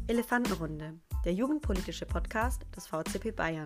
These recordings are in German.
Elefantenrunde, der jugendpolitische Podcast des VCP Bayern.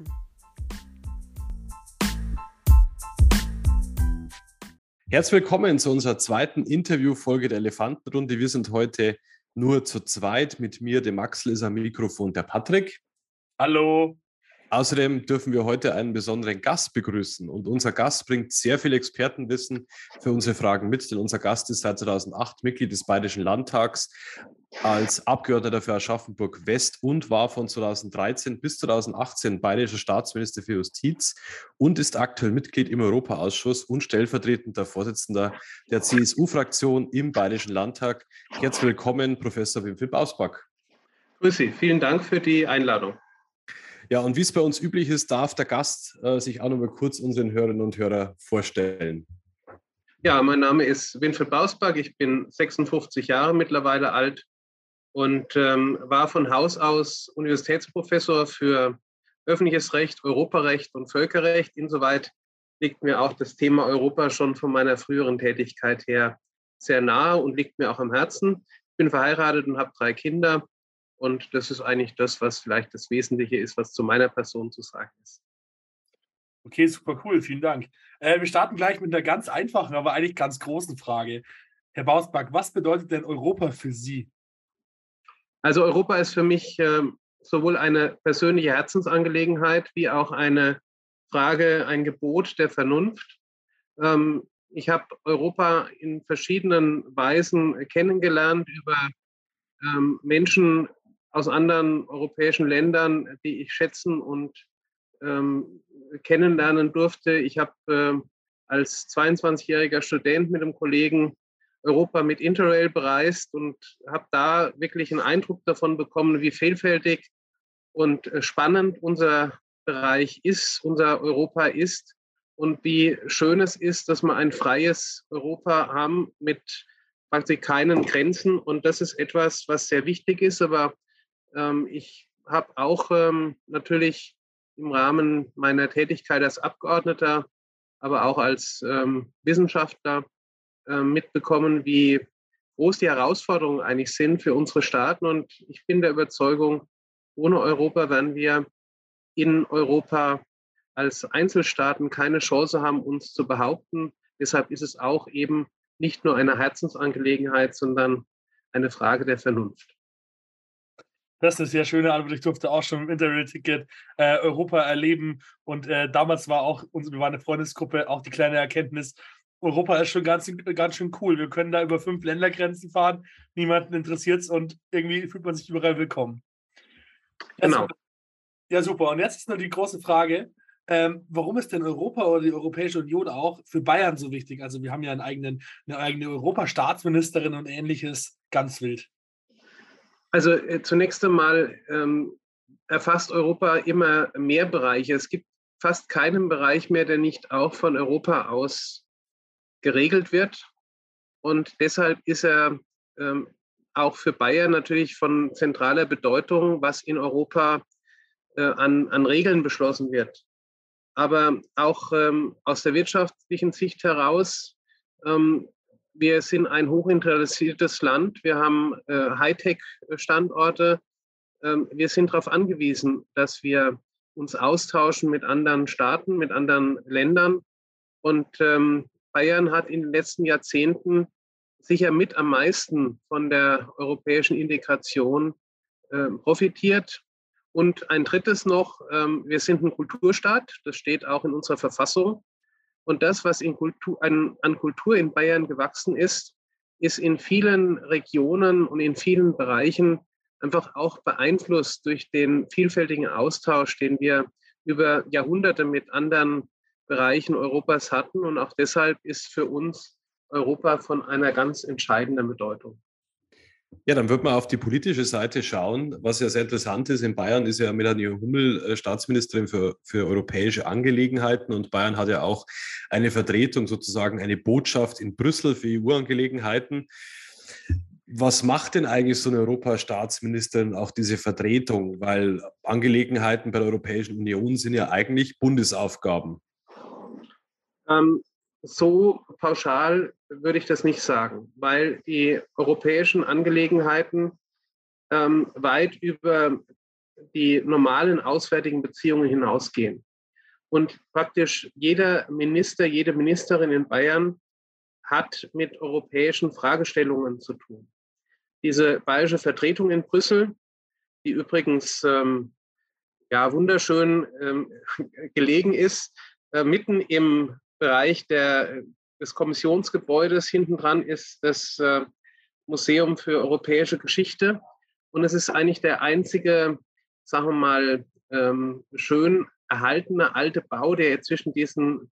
Herzlich willkommen zu unserer zweiten Interviewfolge der Elefantenrunde. Wir sind heute nur zu zweit. Mit mir, dem Axel, ist am Mikrofon der Patrick. Hallo. Außerdem dürfen wir heute einen besonderen Gast begrüßen. Und unser Gast bringt sehr viel Expertenwissen für unsere Fragen mit, denn unser Gast ist seit 2008 Mitglied des Bayerischen Landtags als Abgeordneter für Aschaffenburg-West und war von 2013 bis 2018 bayerischer Staatsminister für Justiz und ist aktuell Mitglied im Europaausschuss und stellvertretender Vorsitzender der CSU-Fraktion im Bayerischen Landtag. Herzlich willkommen, Professor Winfried Bausback. Grüß Sie, vielen Dank für die Einladung. Ja, und wie es bei uns üblich ist, darf der Gast sich auch noch mal kurz unseren Hörerinnen und Hörern vorstellen. Ja, mein Name ist Winfried Bausback, ich bin 56 Jahre mittlerweile alt und war von Haus aus Universitätsprofessor für öffentliches Recht, Europarecht und Völkerrecht. Insoweit liegt mir auch das Thema Europa schon von meiner früheren Tätigkeit her sehr nahe und liegt mir auch am Herzen. Ich bin verheiratet und habe 3 Kinder. Und das ist eigentlich das, was vielleicht das Wesentliche ist, was zu meiner Person zu sagen ist. Okay, super cool, vielen Dank. Wir starten gleich mit einer ganz einfachen, aber eigentlich ganz großen Frage. Herr Bausback, was bedeutet denn Europa für Sie? Also Europa ist für mich sowohl eine persönliche Herzensangelegenheit wie auch eine Frage, ein Gebot der Vernunft. Ich habe Europa in verschiedenen Weisen kennengelernt über Menschen aus anderen europäischen Ländern, die ich schätzen und kennenlernen durfte. Ich habe als 22-jähriger Student mit einem Kollegen Europa mit Interrail bereist und habe da wirklich einen Eindruck davon bekommen, wie vielfältig und spannend unser Bereich ist, unser Europa ist und wie schön es ist, dass wir ein freies Europa haben mit praktisch keinen Grenzen. Und das ist etwas, was sehr wichtig ist. Aber ich habe auch natürlich im Rahmen meiner Tätigkeit als Abgeordneter, aber auch als Wissenschaftler mitbekommen, wie groß die Herausforderungen eigentlich sind für unsere Staaten. Und ich bin der Überzeugung, ohne Europa werden wir in Europa als Einzelstaaten keine Chance haben, uns zu behaupten. Deshalb ist es auch eben nicht nur eine Herzensangelegenheit, sondern eine Frage der Vernunft. Das ist eine sehr schöne Antwort. Ich durfte auch schon im Interrail-Ticket Europa erleben. Und damals war auch, wir waren eine Freundesgruppe, auch die kleine Erkenntnis, Europa ist schon ganz schön cool. Wir können da über 5 Ländergrenzen fahren, niemanden interessiert es und irgendwie fühlt man sich überall willkommen. Genau. Ja, super. Und jetzt ist noch die große Frage, warum ist denn Europa oder die Europäische Union auch für Bayern so wichtig? Also wir haben ja eine eigene Europastaatsministerin und Ähnliches, ganz wild. Also zunächst einmal erfasst Europa immer mehr Bereiche. Es gibt fast keinen Bereich mehr, der nicht auch von Europa aus geregelt wird. Und deshalb ist er auch für Bayern natürlich von zentraler Bedeutung, was in Europa an Regeln beschlossen wird. Aber auch aus der wirtschaftlichen Sicht heraus, wir sind ein hochinteressiertes Land. Wir haben Hightech-Standorte. Wir sind darauf angewiesen, dass wir uns austauschen mit anderen Staaten, mit anderen Ländern. Und Bayern hat in den letzten Jahrzehnten sicher mit am meisten von der europäischen Integration profitiert. Und ein drittes noch, wir sind ein Kulturstaat, das steht auch in unserer Verfassung. Und das, was an Kultur in Bayern gewachsen ist, ist in vielen Regionen und in vielen Bereichen einfach auch beeinflusst durch den vielfältigen Austausch, den wir über Jahrhunderte mit anderen Bereichen Europas hatten. Und auch deshalb ist für uns Europa von einer ganz entscheidenden Bedeutung. Ja, dann wird man auf die politische Seite schauen. Was ja sehr interessant ist, in Bayern ist ja Melanie Hummel Staatsministerin für europäische Angelegenheiten und Bayern hat ja auch eine Vertretung, sozusagen eine Botschaft in Brüssel für EU-Angelegenheiten. Was macht denn eigentlich so eine Europastaatsministerin auch diese Vertretung? Weil Angelegenheiten bei der Europäischen Union sind ja eigentlich Bundesaufgaben. So pauschal würde ich das nicht sagen, weil die europäischen Angelegenheiten weit über die normalen auswärtigen Beziehungen hinausgehen. Und praktisch jeder Minister, jede Ministerin in Bayern hat mit europäischen Fragestellungen zu tun. Diese bayerische Vertretung in Brüssel, die übrigens wunderschön gelegen ist, mitten im Bereich des Kommissionsgebäudes. Hinten dran ist das Museum für europäische Geschichte. Und es ist eigentlich der einzige, sagen wir mal, schön erhaltene alte Bau, der jetzt zwischen diesen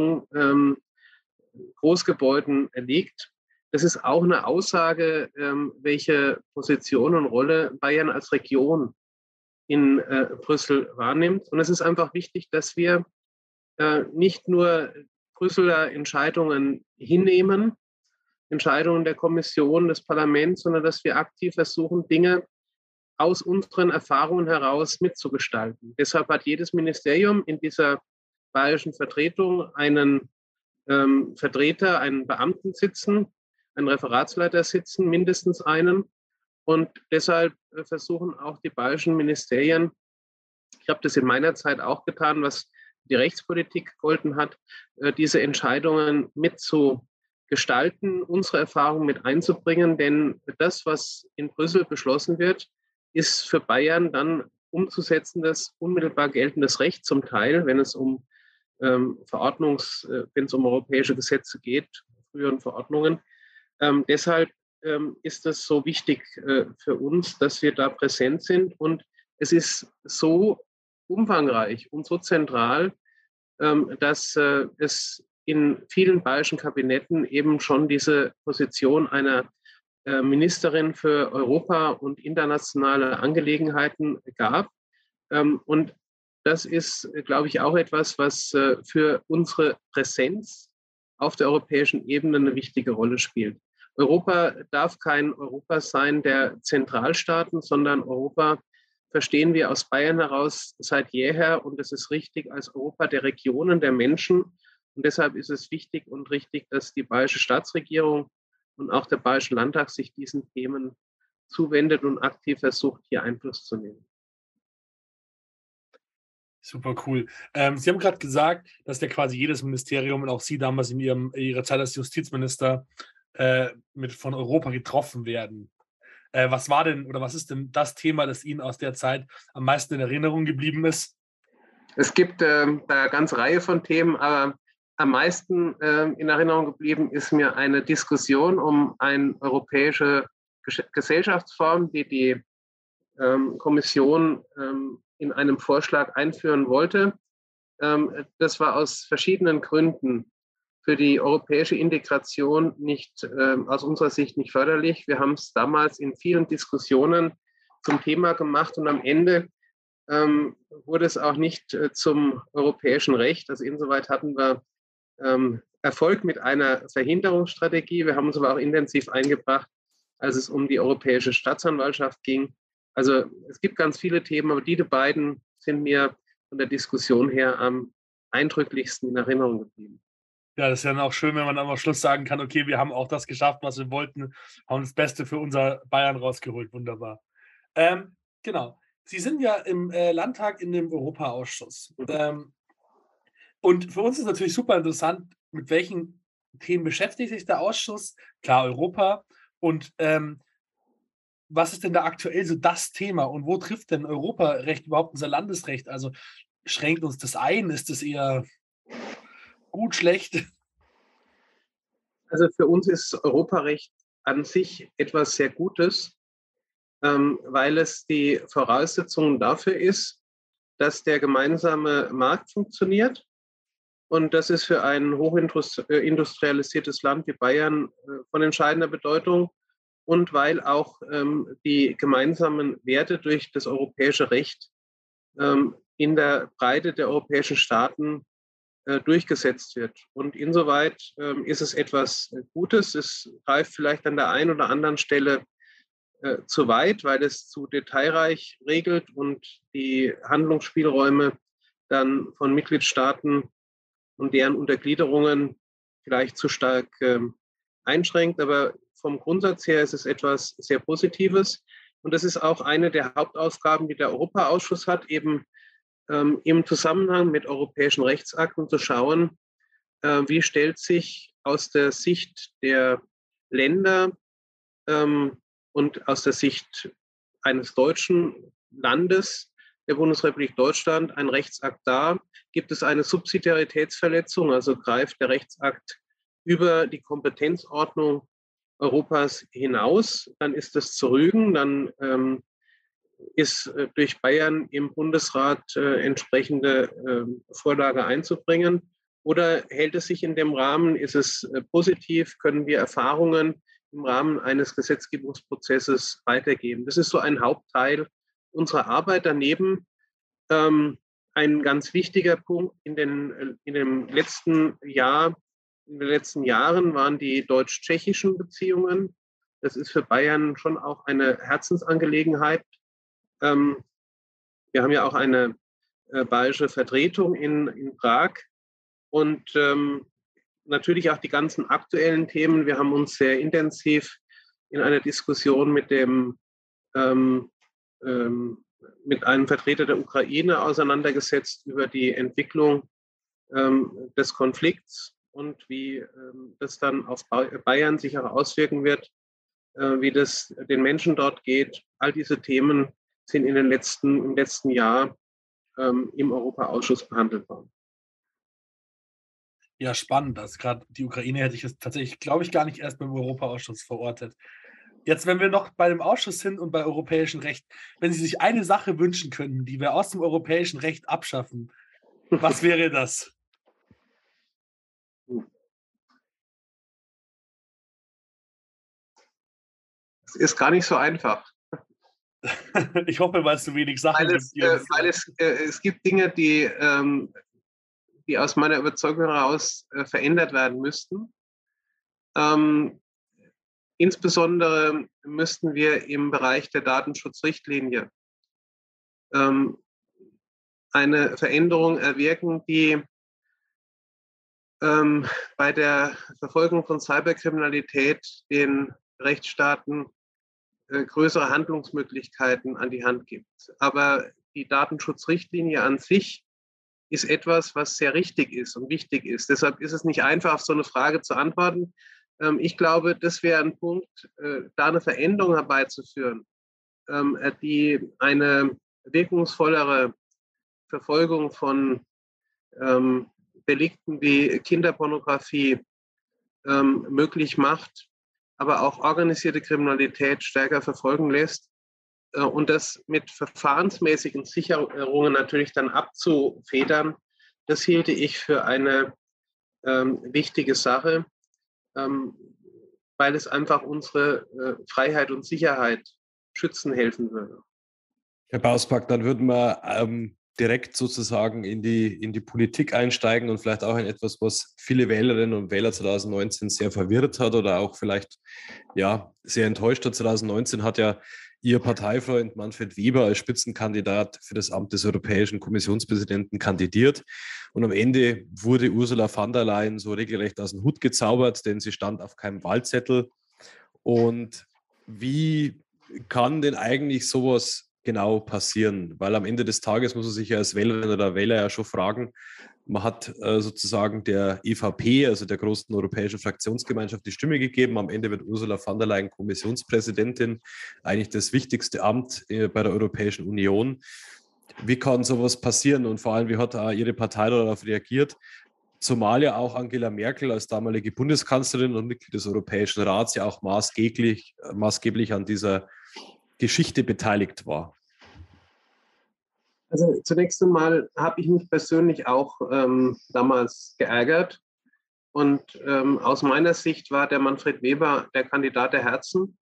Beton-Großgebäuden liegt. Das ist auch eine Aussage, welche Position und Rolle Bayern als Region in Brüssel wahrnimmt. Und es ist einfach wichtig, dass wir nicht nur Brüsseler Entscheidungen hinnehmen, Entscheidungen der Kommission, des Parlaments, sondern dass wir aktiv versuchen, Dinge aus unseren Erfahrungen heraus mitzugestalten. Deshalb hat jedes Ministerium in dieser bayerischen Vertretung einen Vertreter, einen Beamten sitzen, einen Referatsleiter sitzen, mindestens einen. Und deshalb versuchen auch die bayerischen Ministerien, ich habe das in meiner Zeit auch getan, was die Rechtspolitik gegolten hat, diese Entscheidungen mitzugestalten, unsere Erfahrungen mit einzubringen. Denn das, was in Brüssel beschlossen wird, ist für Bayern dann umzusetzendes, unmittelbar geltendes Recht zum Teil, wenn es um wenn es um europäische Gesetze geht, früheren Verordnungen. Deshalb ist es so wichtig für uns, dass wir da präsent sind. Und es ist so umfangreich und so zentral, dass es in vielen bayerischen Kabinetten eben schon diese Position einer Ministerin für Europa und internationale Angelegenheiten gab. Und das ist, glaube ich, auch etwas, was für unsere Präsenz auf der europäischen Ebene eine wichtige Rolle spielt. Europa darf kein Europa sein der Zentralstaaten, sondern Europa verstehen wir aus Bayern heraus seit jeher, und es ist richtig, als Europa der Regionen, der Menschen. Und deshalb ist es wichtig und richtig, dass die bayerische Staatsregierung und auch der Bayerische Landtag sich diesen Themen zuwendet und aktiv versucht, hier Einfluss zu nehmen. Super cool. Sie haben gerade gesagt, dass ja quasi jedes Ministerium und auch Sie damals in Ihrer Zeit als Justizminister von Europa getroffen werden. Was war denn oder was ist denn das Thema, das Ihnen aus der Zeit am meisten in Erinnerung geblieben ist? Es gibt da eine ganze Reihe von Themen, aber am meisten in Erinnerung geblieben ist mir eine Diskussion um eine europäische Gesellschaftsform, die die Kommission in einem Vorschlag einführen wollte. Das war aus verschiedenen Gründen für die europäische Integration nicht, aus unserer Sicht nicht förderlich. Wir haben es damals in vielen Diskussionen zum Thema gemacht und am Ende wurde es auch nicht zum europäischen Recht. Also insoweit hatten wir Erfolg mit einer Verhinderungsstrategie. Wir haben uns aber auch intensiv eingebracht, als es um die Europäische Staatsanwaltschaft ging. Also es gibt ganz viele Themen, aber diese beiden sind mir von der Diskussion her am eindrücklichsten in Erinnerung geblieben. Ja, das ist ja dann auch schön, wenn man am Schluss sagen kann, okay, wir haben auch das geschafft, was wir wollten, haben das Beste für unser Bayern rausgeholt. Wunderbar. Genau. Sie sind ja im Landtag in dem Europaausschuss. Und für uns ist natürlich super interessant, mit welchen Themen beschäftigt sich der Ausschuss? Klar, Europa. Und was ist denn da aktuell so das Thema? Und wo trifft denn Europarecht überhaupt unser Landesrecht? Also schränkt uns das ein? Ist das eher gut, schlecht? Also für uns ist Europarecht an sich etwas sehr Gutes, weil es die Voraussetzung dafür ist, dass der gemeinsame Markt funktioniert. Und das ist für ein hochindustrialisiertes Land wie Bayern von entscheidender Bedeutung. Und weil auch die gemeinsamen Werte durch das europäische Recht in der Breite der europäischen Staaten durchgesetzt wird. Und insoweit ist es etwas Gutes. Es greift vielleicht an der einen oder anderen Stelle zu weit, weil es zu detailreich regelt und die Handlungsspielräume dann von Mitgliedstaaten und deren Untergliederungen vielleicht zu stark einschränkt. Aber vom Grundsatz her ist es etwas sehr Positives. Und das ist auch eine der Hauptaufgaben, die der Europaausschuss hat, eben im Zusammenhang mit europäischen Rechtsakten zu schauen, wie stellt sich aus der Sicht der Länder und aus der Sicht eines deutschen Landes, der Bundesrepublik Deutschland, ein Rechtsakt dar? Gibt es eine Subsidiaritätsverletzung, also greift der Rechtsakt über die Kompetenzordnung Europas hinaus? Dann ist das zu rügen, dann ist durch Bayern im Bundesrat entsprechende Vorlage einzubringen. Oder hält es sich in dem Rahmen? Ist es positiv? Können wir Erfahrungen im Rahmen eines Gesetzgebungsprozesses weitergeben? Das ist so ein Hauptteil unserer Arbeit. Daneben ein ganz wichtiger Punkt in den letzten Jahren waren die deutsch-tschechischen Beziehungen. Das ist für Bayern schon auch eine Herzensangelegenheit. Wir haben ja auch eine bayerische Vertretung in Prag. Und natürlich auch die ganzen aktuellen Themen. Wir haben uns sehr intensiv in einer Diskussion mit einem Vertreter der Ukraine auseinandergesetzt über die Entwicklung des Konflikts und wie das dann auf Bayern sich auch auswirken wird, wie das den Menschen dort geht. All diese Themen sind im letzten Jahr im Europaausschuss behandelt worden. Ja, spannend. Also gerade die Ukraine hätte ich jetzt tatsächlich, glaube ich, gar nicht erst beim Europaausschuss verortet. Jetzt, wenn wir noch bei dem Ausschuss sind und bei europäischem Recht, wenn Sie sich eine Sache wünschen könnten, die wir aus dem europäischen Recht abschaffen, was wäre das? Es ist gar nicht so einfach. Ich hoffe, weil es so wenig Sachen gibt. Weil es gibt Dinge, die aus meiner Überzeugung heraus verändert werden müssten. Insbesondere müssten wir im Bereich der Datenschutzrichtlinie eine Veränderung erwirken, die bei der Verfolgung von Cyberkriminalität den Rechtsstaaten größere Handlungsmöglichkeiten an die Hand gibt. Aber die Datenschutzrichtlinie an sich ist etwas, was sehr richtig ist und wichtig ist. Deshalb ist es nicht einfach, auf so eine Frage zu antworten. Ich glaube, das wäre ein Punkt, da eine Veränderung herbeizuführen, die eine wirkungsvollere Verfolgung von Delikten wie Kinderpornografie möglich macht, aber auch organisierte Kriminalität stärker verfolgen lässt und das mit verfahrensmäßigen Sicherungen natürlich dann abzufedern, das hielte ich für eine wichtige Sache, weil es einfach unsere Freiheit und Sicherheit schützen helfen würde. Herr Bausback, dann würden wir direkt sozusagen in die Politik einsteigen und vielleicht auch in etwas, was viele Wählerinnen und Wähler 2019 sehr verwirrt hat oder auch vielleicht sehr enttäuscht hat. 2019 hat ja Ihr Parteifreund Manfred Weber als Spitzenkandidat für das Amt des Europäischen Kommissionspräsidenten kandidiert. Und am Ende wurde Ursula von der Leyen so regelrecht aus dem Hut gezaubert, denn sie stand auf keinem Wahlzettel. Und wie kann denn eigentlich sowas genau passieren? Weil am Ende des Tages muss man sich ja als Wählerin oder Wähler ja schon fragen, man hat sozusagen der EVP, also der großen europäischen Fraktionsgemeinschaft, die Stimme gegeben. Am Ende wird Ursula von der Leyen Kommissionspräsidentin, eigentlich das wichtigste Amt bei der Europäischen Union. Wie kann sowas passieren und vor allem, wie hat Ihre Partei darauf reagiert? Zumal ja auch Angela Merkel als damalige Bundeskanzlerin und Mitglied des Europäischen Rats ja auch maßgeblich an dieser Geschichte beteiligt war. Also zunächst einmal habe ich mich persönlich auch damals geärgert und aus meiner Sicht war der Manfred Weber der Kandidat der Herzen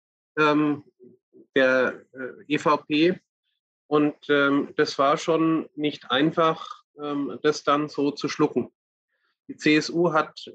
der EVP und das war schon nicht einfach, das dann so zu schlucken. Die CSU hat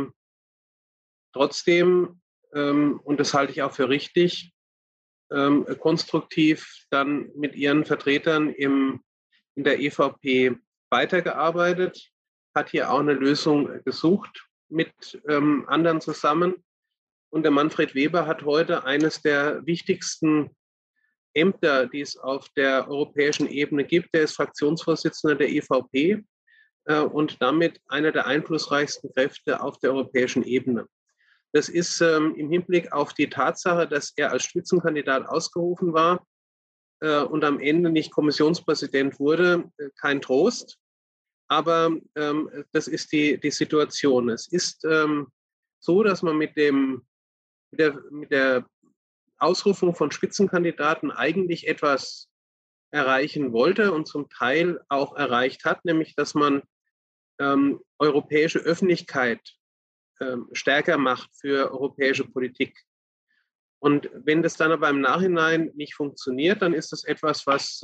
trotzdem, und das halte ich auch für richtig, konstruktiv dann mit ihren Vertretern in der EVP weitergearbeitet, hat hier auch eine Lösung gesucht mit anderen zusammen. Und der Manfred Weber hat heute eines der wichtigsten Ämter, die es auf der europäischen Ebene gibt. Der ist Fraktionsvorsitzender der EVP und damit einer der einflussreichsten Kräfte auf der europäischen Ebene. Das ist im Hinblick auf die Tatsache, dass er als Spitzenkandidat ausgerufen war und am Ende nicht Kommissionspräsident wurde, kein Trost. Aber das ist die Situation. Es ist so, dass man mit der Ausrufung von Spitzenkandidaten eigentlich etwas erreichen wollte und zum Teil auch erreicht hat, nämlich dass man europäische Öffentlichkeit stärker macht für europäische Politik. Und wenn das dann aber im Nachhinein nicht funktioniert, dann ist das etwas, was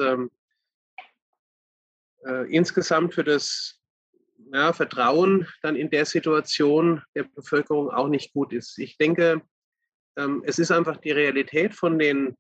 insgesamt für das Vertrauen dann in der Situation der Bevölkerung auch nicht gut ist. Ich denke, es ist einfach die Realität von den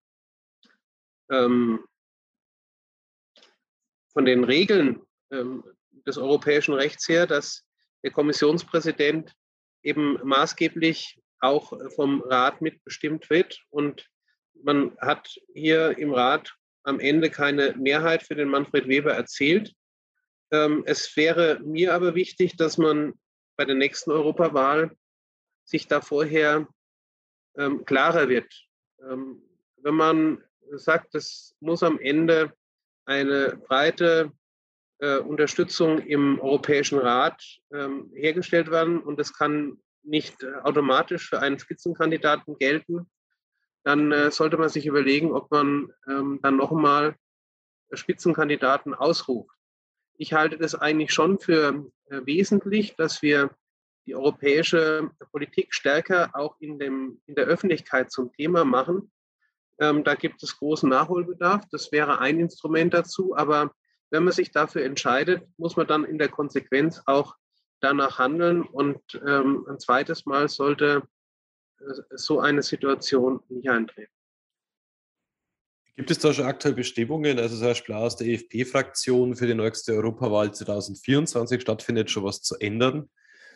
Regeln des europäischen Rechts her, dass der Kommissionspräsident eben maßgeblich auch vom Rat mitbestimmt wird. Und man hat hier im Rat am Ende keine Mehrheit für den Manfred Weber erzielt. Es wäre mir aber wichtig, dass man bei der nächsten Europawahl sich da vorher klarer wird. Wenn man sagt, es muss am Ende eine breite Unterstützung im Europäischen Rat hergestellt werden und das kann nicht automatisch für einen Spitzenkandidaten gelten, dann sollte man sich überlegen, ob man dann noch einmal Spitzenkandidaten ausruft. Ich halte das eigentlich schon für wesentlich, dass wir die europäische Politik stärker auch in der Öffentlichkeit zum Thema machen. Da gibt es großen Nachholbedarf. Das wäre ein Instrument dazu. Aber wenn man sich dafür entscheidet, muss man dann in der Konsequenz auch danach handeln. Und ein zweites Mal sollte so eine Situation nicht eintreten. Gibt es da schon aktuell Bestrebungen, also zum Beispiel aus der EFP-Fraktion für die nächste Europawahl 2024 stattfindet, schon was zu ändern?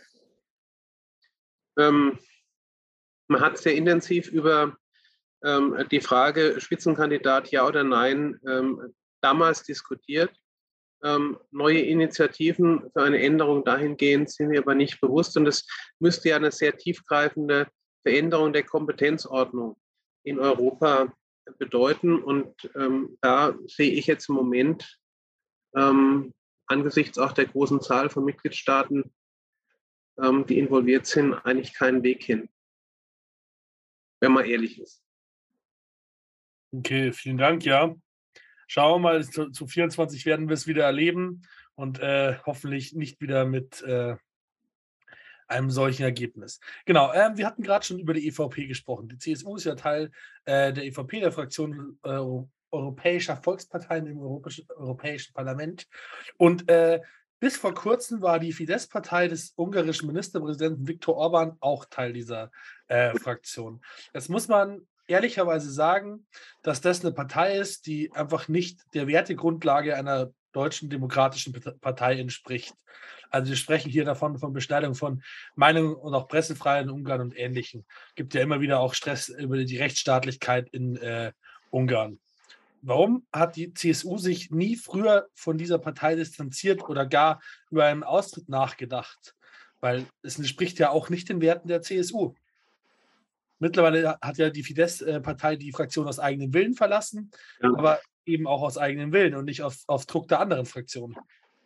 Man hat sehr intensiv über die Frage Spitzenkandidat ja oder nein damals diskutiert. Neue Initiativen für eine Änderung dahingehend sind mir aber nicht bewusst. Und es müsste ja eine sehr tiefgreifende Veränderung der Kompetenzordnung in Europa bedeuten. Und da sehe ich jetzt im Moment angesichts auch der großen Zahl von Mitgliedstaaten, die involviert sind, eigentlich keinen Weg hin, wenn man ehrlich ist. Okay, vielen Dank, ja. Schauen wir mal, zu 24 werden wir es wieder erleben und hoffentlich nicht wieder mit einem solchen Ergebnis. Genau, wir hatten gerade schon über die EVP gesprochen. Die CSU ist ja Teil der EVP, der Fraktion Europäischer Volksparteien im Europäischen Parlament. Und bis vor kurzem war die Fidesz-Partei des ungarischen Ministerpräsidenten Viktor Orbán auch Teil dieser Fraktion. Jetzt muss man ehrlicherweise sagen, dass das eine Partei ist, die einfach nicht der Wertegrundlage einer deutschen demokratischen Partei entspricht. Also wir sprechen hier davon von Beschneidung von Meinung und auch Pressefreiheit in Ungarn und Ähnlichem. Es gibt ja immer wieder auch Stress über die Rechtsstaatlichkeit in Ungarn. Warum hat die CSU sich nie früher von dieser Partei distanziert oder gar über einen Austritt nachgedacht? Weil es entspricht ja auch nicht den Werten der CSU. Mittlerweile hat ja die Fidesz-Partei die Fraktion aus eigenem Willen verlassen, ja, aber eben auch aus eigenem Willen und nicht auf Druck der anderen Fraktionen.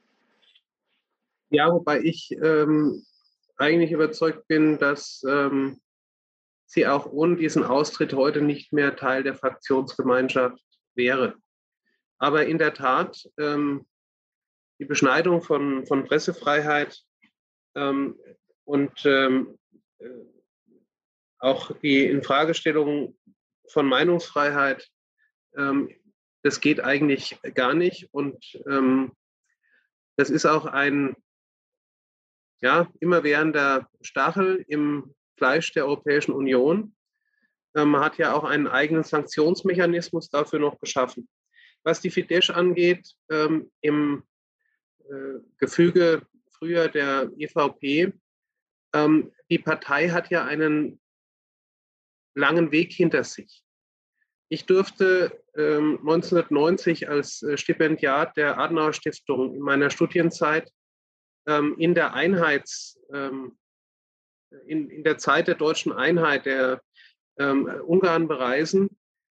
Ja, wobei ich eigentlich überzeugt bin, dass sie auch ohne diesen Austritt heute nicht mehr Teil der Fraktionsgemeinschaft wäre. Aber in der Tat, die Beschneidung von Pressefreiheit und auch die Infragestellung von Meinungsfreiheit, das geht eigentlich gar nicht. Und das ist auch ein immerwährender Stachel im Fleisch der Europäischen Union. Man hat ja auch einen eigenen Sanktionsmechanismus dafür noch geschaffen. Was die Fidesz angeht, im Gefüge früher der EVP, die Partei hat ja einen langen Weg hinter sich. Ich durfte 1990 als Stipendiat der Adenauer-Stiftung in meiner Studienzeit in der in der Zeit der deutschen Einheit der Ungarn bereisen,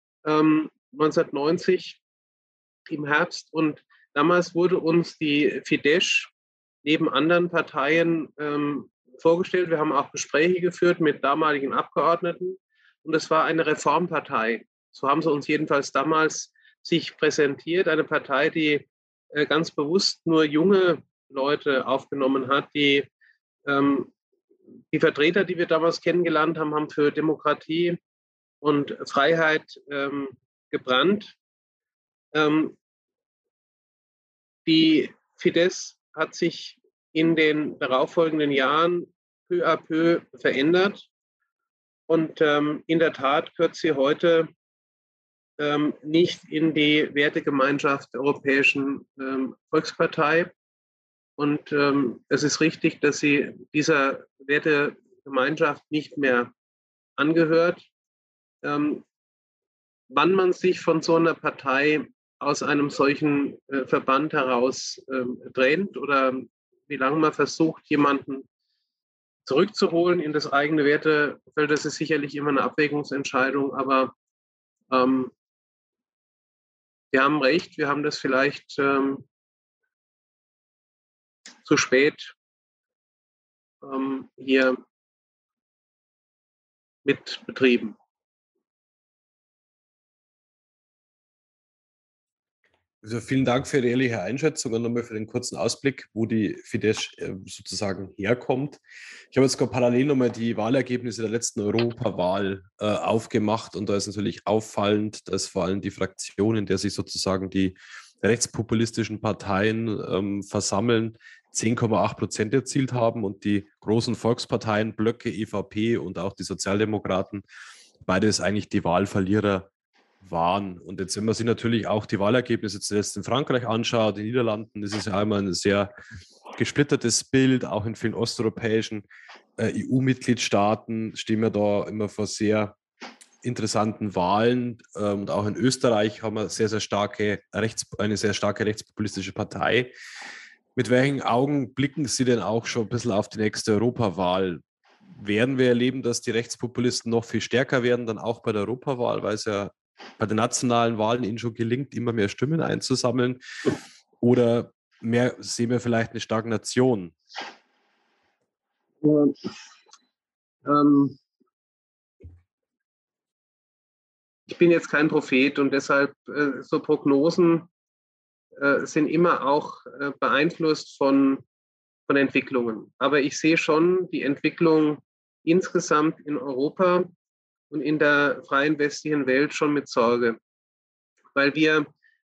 1990 im Herbst. Und damals wurde uns die Fidesz neben anderen Parteien vorgestellt. Wir haben auch Gespräche geführt mit damaligen Abgeordneten. Und es war eine Reformpartei. So haben sie uns jedenfalls damals sich präsentiert. Eine Partei, die ganz bewusst nur junge Leute aufgenommen hat. Die Vertreter, die wir damals kennengelernt haben, haben für Demokratie und Freiheit gebrannt. Die Fidesz hat sich in den darauffolgenden Jahren peu à peu verändert. Und in der Tat gehört sie heute nicht in die Wertegemeinschaft der Europäischen Volkspartei. Und es ist richtig, dass sie dieser Wertegemeinschaft nicht mehr angehört. Wann man sich von so einer Partei aus einem solchen Verband heraus trennt oder wie lange man versucht, jemanden zurückzuholen in das eigene Wertefeld, das ist sicherlich immer eine Abwägungsentscheidung, aber wir haben recht, wir haben das vielleicht zu spät hier mit betrieben. Also vielen Dank für Ihre ehrliche Einschätzung und nochmal für den kurzen Ausblick, wo die Fidesz sozusagen herkommt. Ich habe jetzt gerade parallel nochmal die Wahlergebnisse der letzten Europawahl aufgemacht und da ist natürlich auffallend, dass vor allem die Fraktion, in der sich sozusagen die rechtspopulistischen Parteien versammeln, 10,8% erzielt haben und die großen Volksparteien, Blöcke, EVP und auch die Sozialdemokraten, beides eigentlich die Wahlverlierer waren. Und jetzt, wenn man sich natürlich auch die Wahlergebnisse zuletzt in Frankreich anschaut, in den Niederlanden, ist es ja einmal ein sehr gesplittertes Bild, auch in vielen osteuropäischen EU-Mitgliedstaaten stehen wir da immer vor sehr interessanten Wahlen. Und auch in Österreich haben wir eine sehr starke rechtspopulistische Partei. Mit welchen Augen blicken Sie denn auch schon ein bisschen auf die nächste Europawahl? Werden wir erleben, dass die Rechtspopulisten noch viel stärker werden, dann auch bei der Europawahl, weil es ja bei den nationalen Wahlen ihnen schon gelingt, immer mehr Stimmen einzusammeln? Oder sehen wir vielleicht eine Stagnation? Ich bin jetzt kein Prophet und deshalb so Prognosen sind immer auch beeinflusst von Entwicklungen. Aber ich sehe schon die Entwicklung insgesamt in Europa und in der freien westlichen Welt schon mit Sorge, weil wir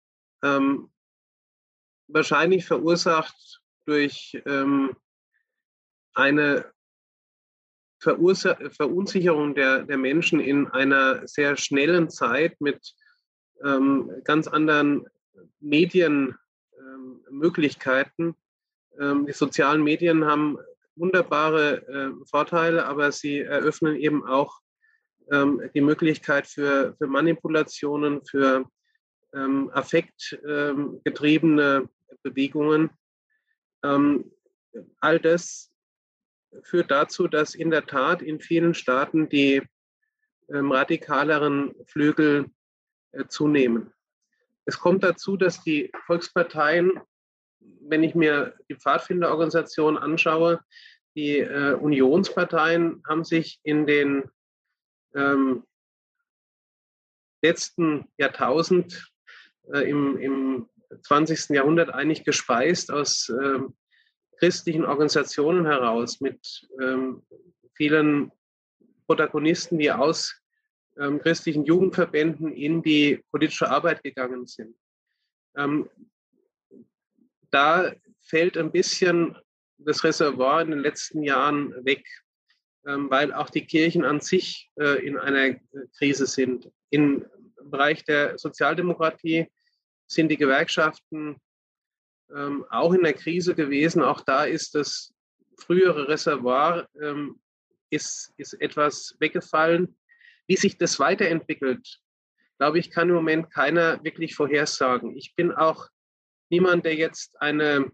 wahrscheinlich verursacht durch eine Verunsicherung der Menschen in einer sehr schnellen Zeit mit ganz anderen Medienmöglichkeiten. Die sozialen Medien haben wunderbare Vorteile, aber sie eröffnen eben auch die Möglichkeit für Manipulationen, für affektgetriebene Bewegungen. All das führt dazu, dass in der Tat in vielen Staaten die radikaleren Flügel zunehmen. Es kommt dazu, dass die Volksparteien, wenn ich mir die Pfadfinderorganisation anschaue, die Unionsparteien haben sich in den letzten Jahrtausend im 20. Jahrhundert eigentlich gespeist aus christlichen Organisationen heraus mit vielen Protagonisten, die aus christlichen Jugendverbänden in die politische Arbeit gegangen sind. Da fällt ein bisschen das Reservoir in den letzten Jahren weg, weil auch die Kirchen an sich in einer Krise sind. Im Bereich der Sozialdemokratie sind die Gewerkschaften auch in der Krise gewesen. Auch da ist das frühere Reservoir ist etwas weggefallen. Wie sich das weiterentwickelt, glaube ich, kann im Moment keiner wirklich vorhersagen. Ich bin auch niemand, der jetzt eine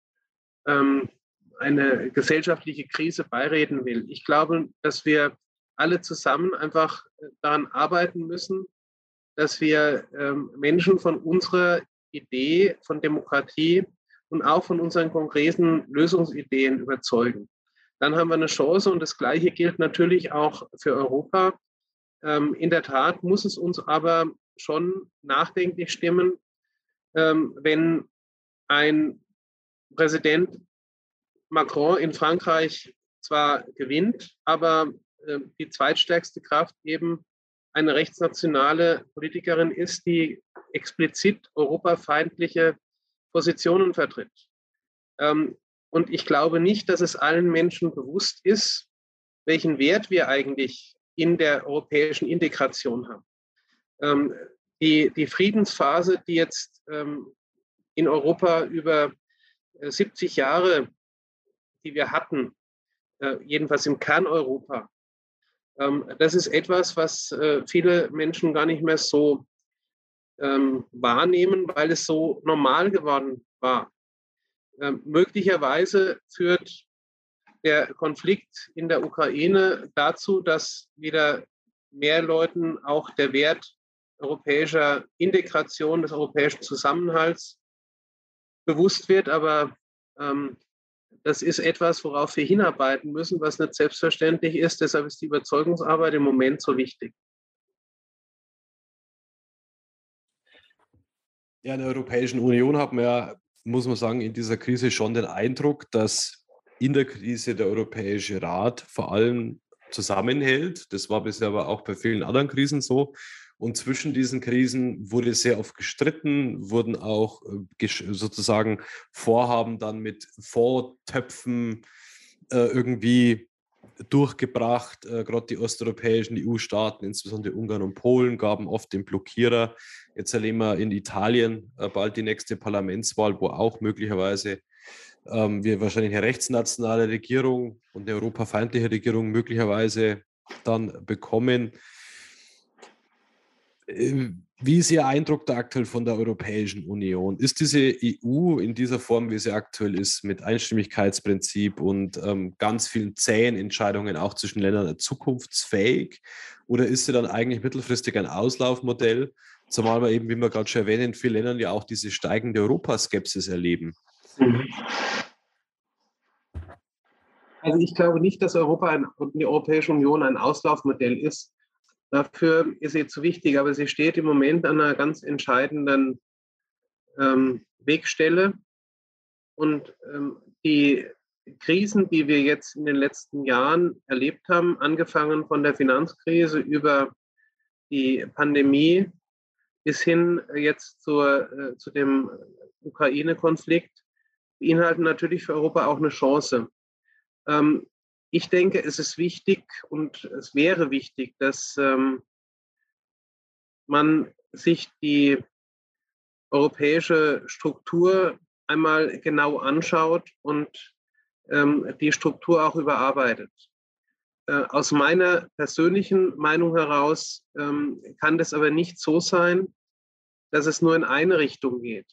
gesellschaftliche Krise beireden will. Ich glaube, dass wir alle zusammen einfach daran arbeiten müssen, dass wir Menschen von unserer Idee von Demokratie und auch von unseren konkreten Lösungsideen überzeugen. Dann haben wir eine Chance, und das Gleiche gilt natürlich auch für Europa. In der Tat muss es uns aber schon nachdenklich stimmen, wenn ein Präsident Macron in Frankreich zwar gewinnt, aber die zweitstärkste Kraft eben eine rechtsnationale Politikerin ist, die explizit europafeindliche Positionen vertritt. Und ich glaube nicht, dass es allen Menschen bewusst ist, welchen Wert wir eigentlich in der europäischen Integration haben. Die Friedensphase, die jetzt in Europa über 70 Jahre, die wir hatten, jedenfalls im Kerneuropa, das ist etwas, was viele Menschen gar nicht mehr so wahrnehmen, weil es so normal geworden war. Möglicherweise führt der Konflikt in der Ukraine dazu, dass wieder mehr Leuten auch der Wert europäischer Integration, des europäischen Zusammenhalts bewusst wird. Aber das ist etwas, worauf wir hinarbeiten müssen, was nicht selbstverständlich ist. Deshalb ist die Überzeugungsarbeit im Moment so wichtig. Ja, in der Europäischen Union hat man ja, muss man sagen, in dieser Krise schon den Eindruck, dass in der Krise der Europäische Rat vor allem zusammenhält. Das war bisher aber auch bei vielen anderen Krisen so. Und zwischen diesen Krisen wurde sehr oft gestritten, wurden auch sozusagen Vorhaben dann mit Vortöpfen irgendwie durchgebracht. Gerade die osteuropäischen EU-Staaten, insbesondere Ungarn und Polen, gaben oft den Blockierer. Jetzt erleben wir in Italien bald die nächste Parlamentswahl, wo auch möglicherweise wir wahrscheinlich eine rechtsnationale Regierung und eine europafeindliche Regierung möglicherweise dann bekommen. Wie ist Ihr Eindruck da aktuell von der Europäischen Union? Ist diese EU in dieser Form, wie sie aktuell ist, mit Einstimmigkeitsprinzip und ganz vielen zähen Entscheidungen auch zwischen Ländern zukunftsfähig? Oder ist sie dann eigentlich mittelfristig ein Auslaufmodell? Zumal wir eben, wie wir gerade schon erwähnen, in vielen Ländern ja auch diese steigende Europaskepsis erleben. Also ich glaube nicht, dass Europa und die Europäische Union ein Auslaufmodell ist. Dafür ist sie zu wichtig, aber sie steht im Moment an einer ganz entscheidenden Wegstelle. Und die Krisen, die wir jetzt in den letzten Jahren erlebt haben, angefangen von der Finanzkrise über die Pandemie bis hin jetzt zu dem Ukraine-Konflikt, beinhalten natürlich für Europa auch eine Chance. Ich denke, es ist wichtig und es wäre wichtig, dass man sich die europäische Struktur einmal genau anschaut und die Struktur auch überarbeitet. Aus meiner persönlichen Meinung heraus kann das aber nicht so sein, dass es nur in eine Richtung geht.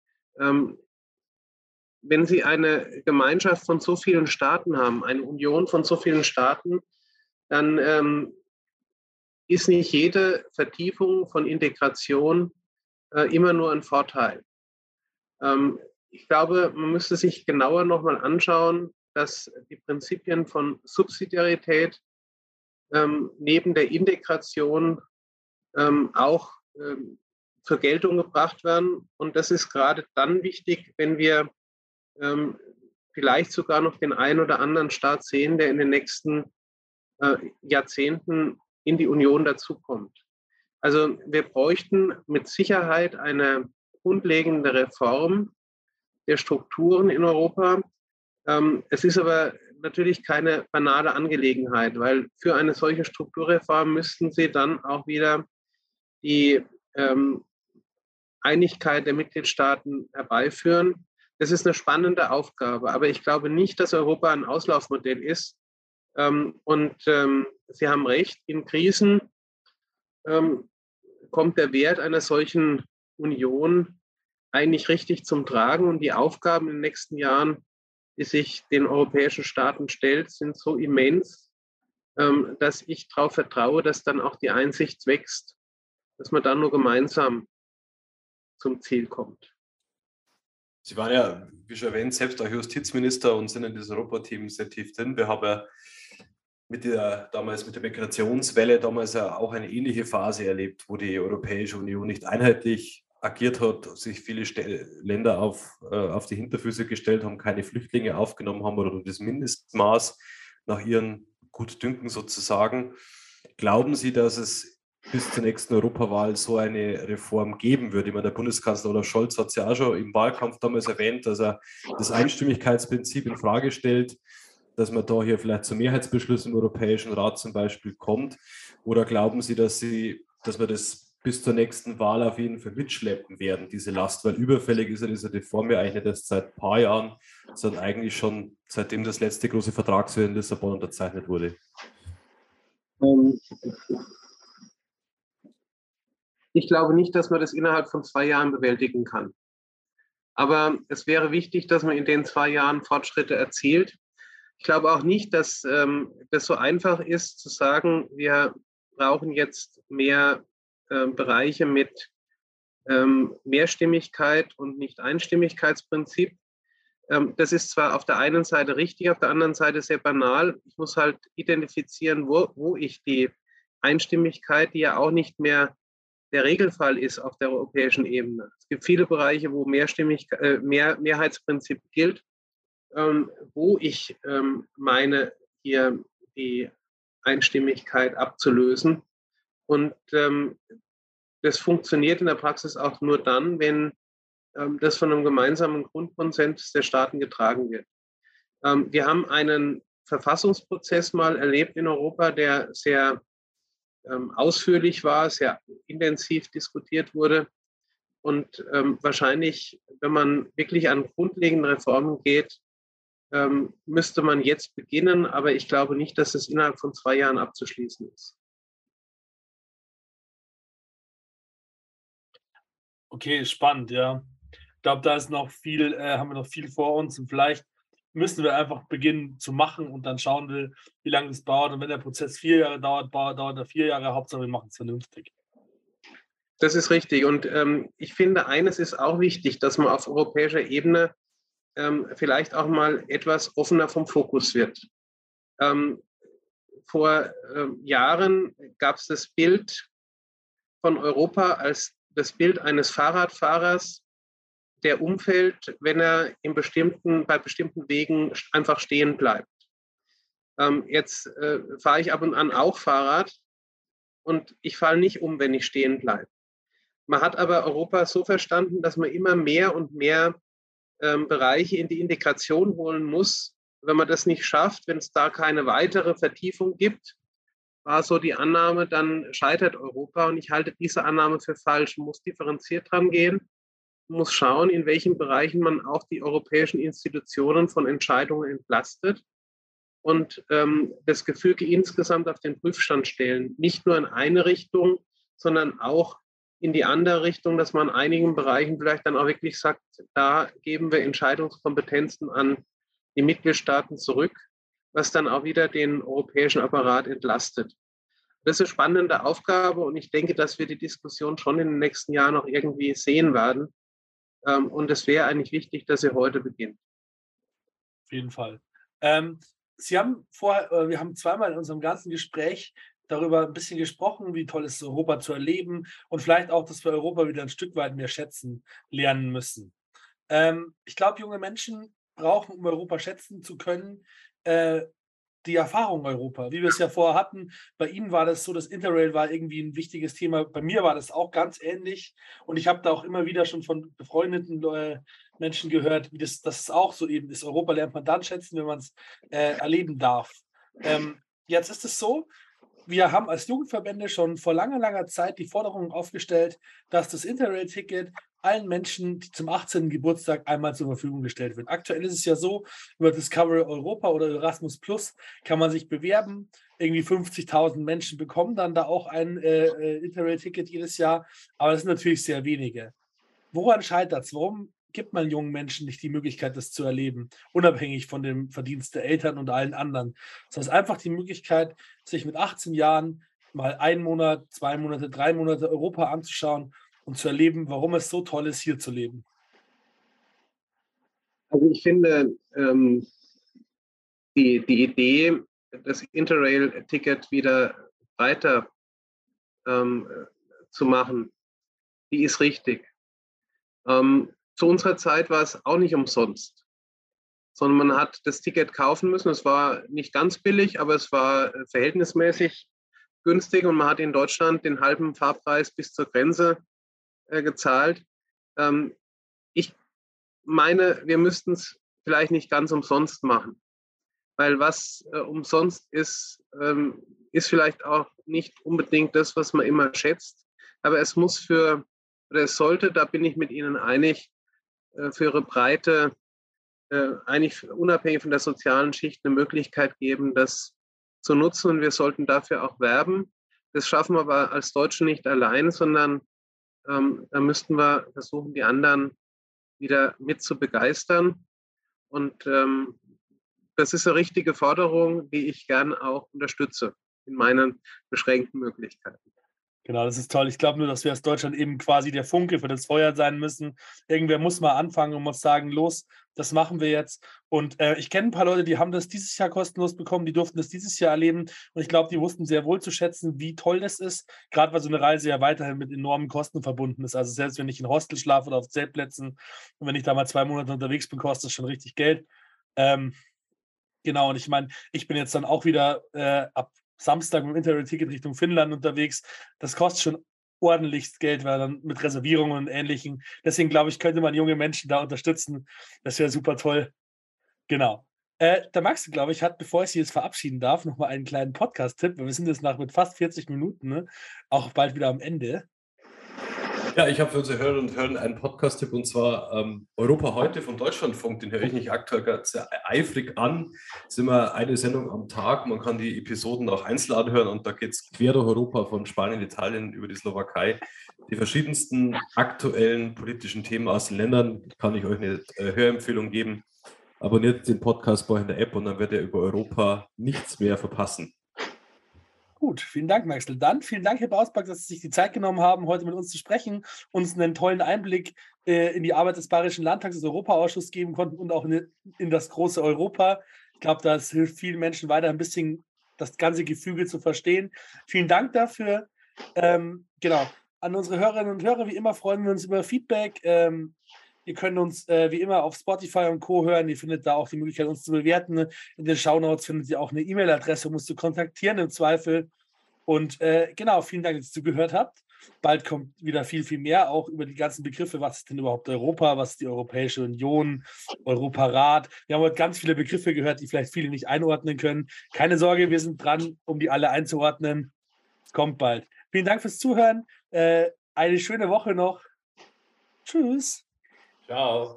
Wenn Sie eine Gemeinschaft von so vielen Staaten haben, eine Union von so vielen Staaten, dann ist nicht jede Vertiefung von Integration immer nur ein Vorteil. Ich glaube, man müsste sich genauer nochmal anschauen, dass die Prinzipien von Subsidiarität neben der Integration auch zur Geltung gebracht werden. Und das ist gerade dann wichtig, wenn wir vielleicht sogar noch den einen oder anderen Staat sehen, der in den nächsten Jahrzehnten in die Union dazukommt. Also wir bräuchten mit Sicherheit eine grundlegende Reform der Strukturen in Europa. Es ist aber natürlich keine banale Angelegenheit, weil für eine solche Strukturreform müssten Sie dann auch wieder die Einigkeit der Mitgliedstaaten herbeiführen. Das ist eine spannende Aufgabe, aber ich glaube nicht, dass Europa ein Auslaufmodell ist. Sie haben recht, in Krisen kommt der Wert einer solchen Union eigentlich richtig zum Tragen. Und die Aufgaben in den nächsten Jahren, die sich den europäischen Staaten stellt, sind so immens, dass ich darauf vertraue, dass dann auch die Einsicht wächst, dass man dann nur gemeinsam zum Ziel kommt. Sie waren ja, wie schon erwähnt, selbst auch Justizminister und sind in das Europateam sehr tief drin. Wir haben ja damals mit der Migrationswelle damals ja auch eine ähnliche Phase erlebt, wo die Europäische Union nicht einheitlich agiert hat, sich viele Länder auf die Hinterfüße gestellt haben, keine Flüchtlinge aufgenommen haben oder nur das Mindestmaß nach ihren Gutdünken sozusagen. Glauben Sie, dass es bis zur nächsten Europawahl so eine Reform geben würde? Ich meine, der Bundeskanzler Olaf Scholz hat es ja auch schon im Wahlkampf damals erwähnt, dass er das Einstimmigkeitsprinzip in Frage stellt, dass man da hier vielleicht zu Mehrheitsbeschlüssen im Europäischen Rat zum Beispiel kommt? Oder glauben Sie, dass wir das bis zur nächsten Wahl auf jeden Fall mitschleppen werden, diese Last? Weil überfällig ist ja diese Reform ja eigentlich nicht erst seit ein paar Jahren, sondern eigentlich schon seitdem das letzte große Vertragswerk in Lissabon unterzeichnet wurde. Ich glaube nicht, dass man das innerhalb von 2 Jahren bewältigen kann. Aber es wäre wichtig, dass man in den 2 Jahren Fortschritte erzielt. Ich glaube auch nicht, dass das so einfach ist, zu sagen, wir brauchen jetzt mehr Bereiche mit Mehrstimmigkeit und nicht Einstimmigkeitsprinzip. Das ist zwar auf der einen Seite richtig, auf der anderen Seite sehr banal. Ich muss halt identifizieren, wo ich die Einstimmigkeit, die ja auch nicht mehr der Regelfall ist auf der europäischen Ebene. Es gibt viele Bereiche, wo Mehrheitsprinzip gilt, wo ich meine, hier die Einstimmigkeit abzulösen. Und das funktioniert in der Praxis auch nur dann, wenn das von einem gemeinsamen Grundkonsens der Staaten getragen wird. Wir haben einen Verfassungsprozess mal erlebt in Europa, der sehr ausführlich war, sehr intensiv diskutiert wurde. Und wahrscheinlich, wenn man wirklich an grundlegende Reformen geht, müsste man jetzt beginnen. Aber ich glaube nicht, dass es innerhalb von 2 Jahren abzuschließen ist. Okay, spannend, ja. Ich glaube, da ist noch viel, haben wir noch viel vor uns und vielleicht müssen wir einfach beginnen zu machen und dann schauen wir, wie lange das dauert. Und wenn der Prozess 4 Jahre dauert, dauert er 4 Jahre. Hauptsache, wir machen es vernünftig. Das ist richtig. Und ich finde, eines ist auch wichtig, dass man auf europäischer Ebene vielleicht auch mal etwas offener vom Fokus wird. Vor Jahren gab es das Bild von Europa als das Bild eines Fahrradfahrers, der umfällt, wenn er bei bestimmten Wegen einfach stehen bleibt. Jetzt fahre ich ab und an auch Fahrrad und ich falle nicht um, wenn ich stehen bleibe. Man hat aber Europa so verstanden, dass man immer mehr und mehr Bereiche in die Integration holen muss. Wenn man das nicht schafft, wenn es da keine weitere Vertiefung gibt, war so die Annahme, dann scheitert Europa. Und ich halte diese Annahme für falsch. Man muss differenziert dran gehen, man muss schauen, in welchen Bereichen man auch die europäischen Institutionen von Entscheidungen entlastet und das Gefüge insgesamt auf den Prüfstand stellen. Nicht nur in eine Richtung, sondern auch in die andere Richtung, dass man in einigen Bereichen vielleicht dann auch wirklich sagt, da geben wir Entscheidungskompetenzen an die Mitgliedstaaten zurück, was dann auch wieder den europäischen Apparat entlastet. Das ist eine spannende Aufgabe und ich denke, dass wir die Diskussion schon in den nächsten Jahren noch irgendwie sehen werden. Und es wäre eigentlich wichtig, dass sie heute beginnt. Auf jeden Fall. Sie haben wir haben zweimal in unserem ganzen Gespräch darüber ein bisschen gesprochen, wie toll es ist, Europa zu erleben und vielleicht auch, dass wir Europa wieder ein Stück weit mehr schätzen lernen müssen. Ich glaube, junge Menschen brauchen, um Europa schätzen zu können, die Erfahrung Europa, wie wir es ja vorher hatten. Bei Ihnen war das so, das Interrail war irgendwie ein wichtiges Thema. Bei mir war das auch ganz ähnlich. Und ich habe da auch immer wieder schon von befreundeten Menschen gehört, wie das auch so eben ist. Europa lernt man dann schätzen, wenn man es erleben darf. Jetzt ist es so, wir haben als Jugendverbände schon vor langer, langer Zeit die Forderung aufgestellt, dass das Interrail-Ticket allen Menschen, die zum 18. Geburtstag einmal zur Verfügung gestellt wird. Aktuell ist es ja so, über Discovery Europa oder Erasmus Plus kann man sich bewerben. Irgendwie 50.000 Menschen bekommen dann da auch ein Interrail-Ticket jedes Jahr, aber das sind natürlich sehr wenige. Woran scheitert es? Warum gibt man jungen Menschen nicht die Möglichkeit, das zu erleben, unabhängig von dem Verdienst der Eltern und allen anderen? Das heißt einfach die Möglichkeit, sich mit 18 Jahren mal 1 Monat, 2 Monate, 3 Monate Europa anzuschauen und zu erleben, warum es so toll ist, hier zu leben. Also ich finde, die Idee, das Interrail-Ticket wieder weiter zu machen, die ist richtig. Zu unserer Zeit war es auch nicht umsonst, sondern man hat das Ticket kaufen müssen. Es war nicht ganz billig, aber es war verhältnismäßig günstig und man hat in Deutschland den halben Fahrpreis bis zur Grenze gezahlt. Ich meine, wir müssten es vielleicht nicht ganz umsonst machen, weil was umsonst ist, ist vielleicht auch nicht unbedingt das, was man immer schätzt, aber es muss oder es sollte, da bin ich mit Ihnen einig, für ihre Breite eigentlich unabhängig von der sozialen Schicht eine Möglichkeit geben, das zu nutzen, und wir sollten dafür auch werben. Das schaffen wir aber als Deutsche nicht allein, sondern da müssten wir versuchen, die anderen wieder mit zu begeistern, und das ist eine richtige Forderung, die ich gern auch unterstütze in meinen beschränkten Möglichkeiten. Genau, das ist toll. Ich glaube nur, dass wir als Deutschland eben quasi der Funke für das Feuer sein müssen. Irgendwer muss mal anfangen und muss sagen, los, das machen wir jetzt. Und ich kenne ein paar Leute, die haben das dieses Jahr kostenlos bekommen, die durften das dieses Jahr erleben. Und ich glaube, die wussten sehr wohl zu schätzen, wie toll das ist. Gerade weil so eine Reise ja weiterhin mit enormen Kosten verbunden ist. Also selbst wenn ich in Hostel schlafe oder auf Zeltplätzen und wenn ich da mal 2 Monate unterwegs bin, kostet das schon richtig Geld. Genau, und ich meine, ich bin jetzt dann auch wieder ab Samstag mit dem Interrail-Ticket Richtung Finnland unterwegs. Das kostet schon ordentliches Geld, weil dann mit Reservierungen und Ähnlichem. Deswegen glaube ich, könnte man junge Menschen da unterstützen. Das wäre super toll. Genau. Der Max, glaube ich, hat, bevor ich Sie jetzt verabschieden darf, nochmal einen kleinen Podcast-Tipp. Wir sind jetzt mit fast 40 Minuten, ne? Auch bald wieder am Ende. Ja, ich habe für unsere Hörerinnen und Hörer einen Podcast-Tipp, und zwar Europa heute vom Deutschlandfunk. Den höre ich nicht aktuell ganz eifrig an. Es ist immer eine Sendung am Tag. Man kann die Episoden auch einzeln anhören, und da geht es quer durch Europa, von Spanien, Italien über die Slowakei. Die verschiedensten aktuellen politischen Themen aus den Ländern, kann ich euch eine Hörempfehlung geben. Abonniert den Podcast bei in der App, und dann werdet ihr über Europa nichts mehr verpassen. Gut, vielen Dank, Maxel. Dann vielen Dank, Herr Bausback, dass Sie sich die Zeit genommen haben, heute mit uns zu sprechen, uns einen tollen Einblick in die Arbeit des Bayerischen Landtags, des Europaausschusses geben konnten und auch in das große Europa. Ich glaube, das hilft vielen Menschen weiter, ein bisschen das ganze Gefüge zu verstehen. Vielen Dank dafür. Genau, an unsere Hörerinnen und Hörer, wie immer, freuen wir uns über Feedback. Ihr könnt uns wie immer auf Spotify und Co. hören. Ihr findet da auch die Möglichkeit, uns zu bewerten. In den Shownotes findet ihr auch eine E-Mail-Adresse, um uns zu kontaktieren im Zweifel. Und genau, vielen Dank, dass ihr zugehört habt. Bald kommt wieder viel, viel mehr, auch über die ganzen Begriffe. Was ist denn überhaupt Europa? Was ist die Europäische Union? Europarat? Wir haben heute ganz viele Begriffe gehört, die vielleicht viele nicht einordnen können. Keine Sorge, wir sind dran, um die alle einzuordnen. Es kommt bald. Vielen Dank fürs Zuhören. Eine schöne Woche noch. Tschüss. Ciao.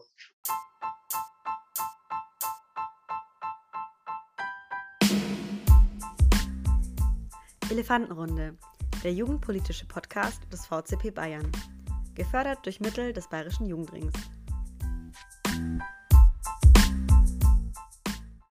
Elefantenrunde, der jugendpolitische Podcast des VCP Bayern. Gefördert durch Mittel des Bayerischen Jugendrings.